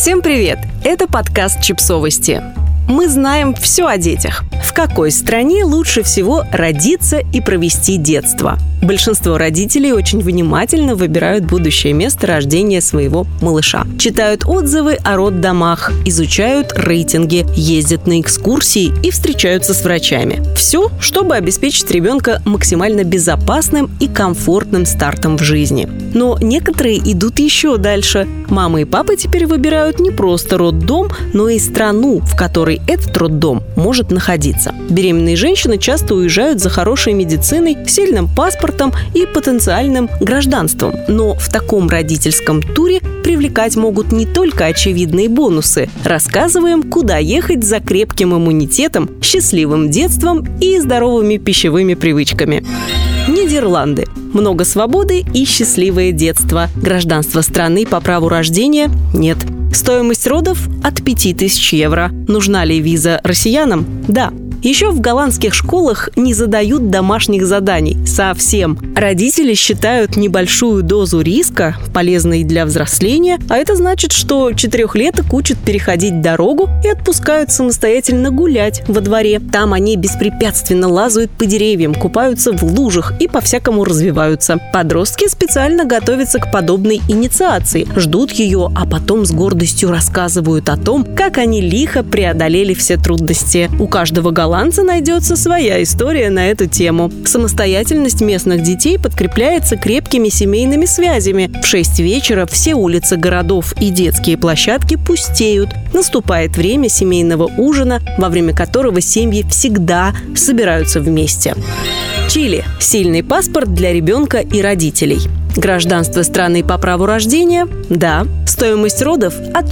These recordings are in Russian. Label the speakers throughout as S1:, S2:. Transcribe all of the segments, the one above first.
S1: Всем привет! Это подкаст «Чипсовости». Мы знаем все о детях. В какой стране лучше всего родиться и провести детство? Большинство родителей очень внимательно выбирают будущее место рождения своего малыша. Читают отзывы о роддомах, изучают рейтинги, ездят на экскурсии и встречаются с врачами. Все, чтобы обеспечить ребенка максимально безопасным и комфортным стартом в жизни. Но некоторые идут еще дальше. Мамы и папы теперь выбирают не просто роддом, но и страну, в которой этот роддом может находиться. Беременные женщины часто уезжают за хорошей медициной, сильным паспортом и потенциальным гражданством. Но в таком родительском туре привлекать могут не только очевидные бонусы. Рассказываем, куда ехать за крепким иммунитетом, счастливым детством и здоровыми пищевыми привычками. Нидерланды. Много свободы и счастливое детство. Гражданство страны по праву рождения нет. Стоимость родов от 5000 евро. Нужна ли виза россиянам? Да. Еще в голландских школах не задают домашних заданий. Совсем. Родители считают небольшую дозу риска полезной для взросления, а это значит, что 4-леток учат переходить дорогу и отпускают самостоятельно гулять во дворе. Там они беспрепятственно лазают по деревьям, купаются в лужах и по-всякому развиваются. Подростки специально готовятся к подобной инициации, ждут ее, а потом с гордостью рассказывают о том, как они лихо преодолели все трудности. У каждого голландца найдется своя история на эту тему. Самостоятельность местных детей подкрепляется крепкими семейными связями. В 6 вечера все улицы городов и детские площадки пустеют. Наступает время семейного ужина, во время которого семьи всегда собираются вместе. Чили. Сильный паспорт для ребенка и родителей. Гражданство страны по праву рождения? Да. Стоимость родов от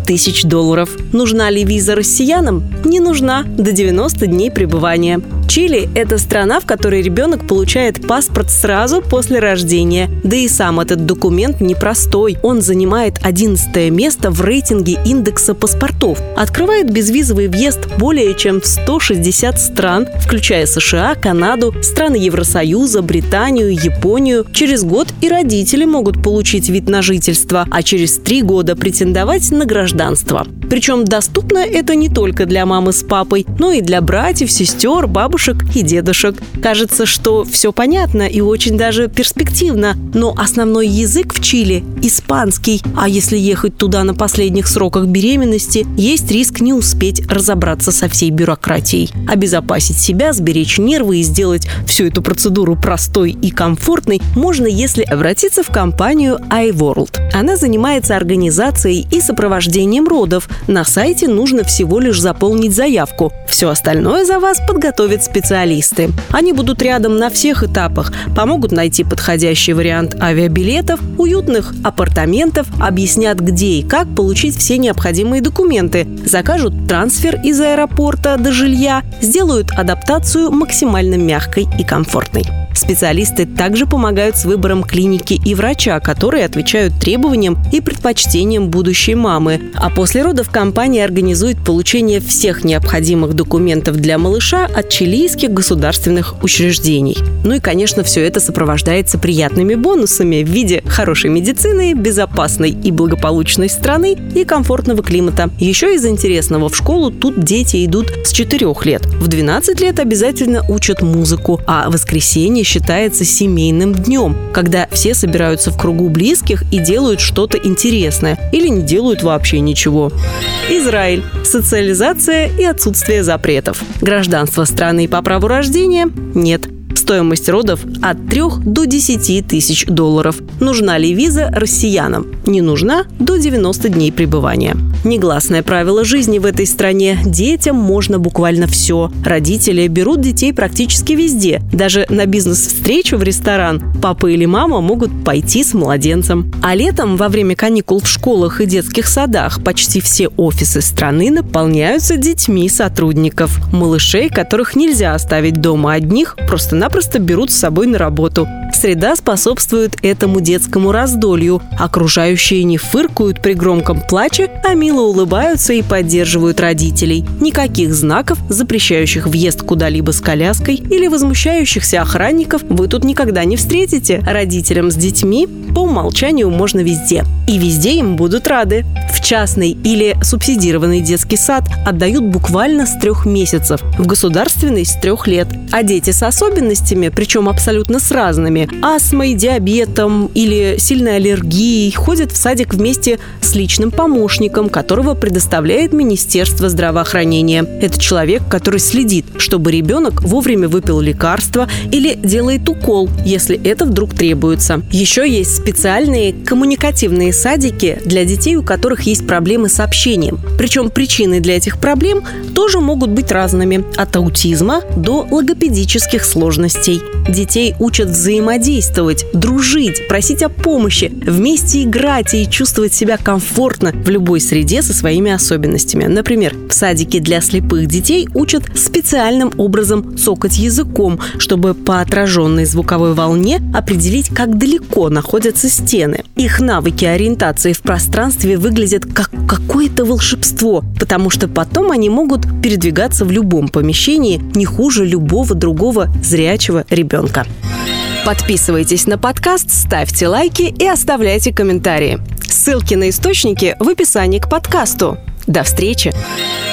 S1: $4000. Нужна ли виза россиянам? Не нужна. До 90 дней пребывания. Чили – это страна, в которой ребенок получает паспорт сразу после рождения. Да и сам этот документ непростой. Он занимает 11 место в рейтинге индекса паспортов. Открывает безвизовый въезд более чем в 160 стран, включая США, Канаду, страны Евросоюза, Британию, Японию. Через год и родители могут получить вид на жительство, а через 3 года претендовать на гражданство. Причем доступно это не только для мамы с папой, но и для братьев, сестер, бабушек и дедушек. Кажется, что все понятно и очень даже перспективно, но основной язык в Чили – испанский. А если ехать туда на последних сроках беременности, есть риск не успеть разобраться со всей бюрократией. Обезопасить себя, сберечь нервы и сделать всю эту процедуру простой и комфортной можно, если обратиться в компанию iWorld. Она занимается организацией и сопровождением родов. На сайте нужно всего лишь заполнить заявку. Все остальное за вас подготовят специалисты. Они будут рядом на всех этапах, помогут найти подходящий вариант авиабилетов, уютных апартаментов, объяснят, где и как получить все необходимые документы, закажут трансфер из аэропорта до жилья, сделают адаптацию максимально мягкой и комфортной. Специалисты также помогают с выбором клиники и врача, которые отвечают требованиям и предпочтениям будущей мамы. А после родов компания организует получение всех необходимых документов для малыша от чилийских государственных учреждений. Ну и, конечно, все это сопровождается приятными бонусами в виде хорошей медицины, безопасной и благополучной страны и комфортного климата. Еще из интересного, в школу тут дети идут с 4 лет. В 12 лет обязательно учат музыку, а воскресенье считается семейным днем, когда все собираются в кругу близких и делают что-то интересное или не делают вообще ничего. Израиль. Социализация и отсутствие запретов. Гражданство страны по праву рождения? Нет. Стоимость родов от 3 до 10 тысяч $. Нужна ли виза россиянам? Не нужна до 90 дней пребывания. Негласное правило жизни в этой стране – детям можно буквально все. Родители берут детей практически везде. Даже на бизнес-встречу в ресторан папа или мама могут пойти с младенцем. А летом, во время каникул в школах и детских садах, почти все офисы страны наполняются детьми сотрудников. Малышей, которых нельзя оставить дома одних, просто-напросто берут с собой на работу. Среда способствует этому детскому раздолью. Окружающие не фыркают при громком плаче, а мило улыбаются и поддерживают родителей. Никаких знаков, запрещающих въезд куда-либо с коляской или возмущающихся охранников вы тут никогда не встретите. Родителям с детьми по умолчанию можно везде. И везде им будут рады. В частный или субсидированный детский сад отдают буквально с 3 месяцев, в государственный с 3 лет. А дети с особенностями, причем абсолютно с разными, астмой, диабетом или сильной аллергией, ходят в садик вместе с личным помощником, которого предоставляет Министерство здравоохранения. Это человек, который следит, чтобы ребенок вовремя выпил лекарство или делает укол, если это вдруг требуется. Еще есть специальные коммуникативные садики для детей, у которых есть проблемы с общением. Причем причины для этих проблем тоже могут быть разными – от аутизма до логопедических сложностей. Детей учат взаимодействовать, дружить, просить о помощи, вместе играть и чувствовать себя комфортно в любой среде со своими особенностями. Например, в садике для слепых детей учат специальным образом цокать языком, чтобы по отраженной звуковой волне определить, как далеко находятся стены. Их навыки ориентации в пространстве выглядят как какое-то волшебство, потому что потом они могут передвигаться в любом помещении не хуже любого другого зрячего ребенка. Подписывайтесь на подкаст, ставьте лайки и оставляйте комментарии. Ссылки на источники в описании к подкасту. До встречи!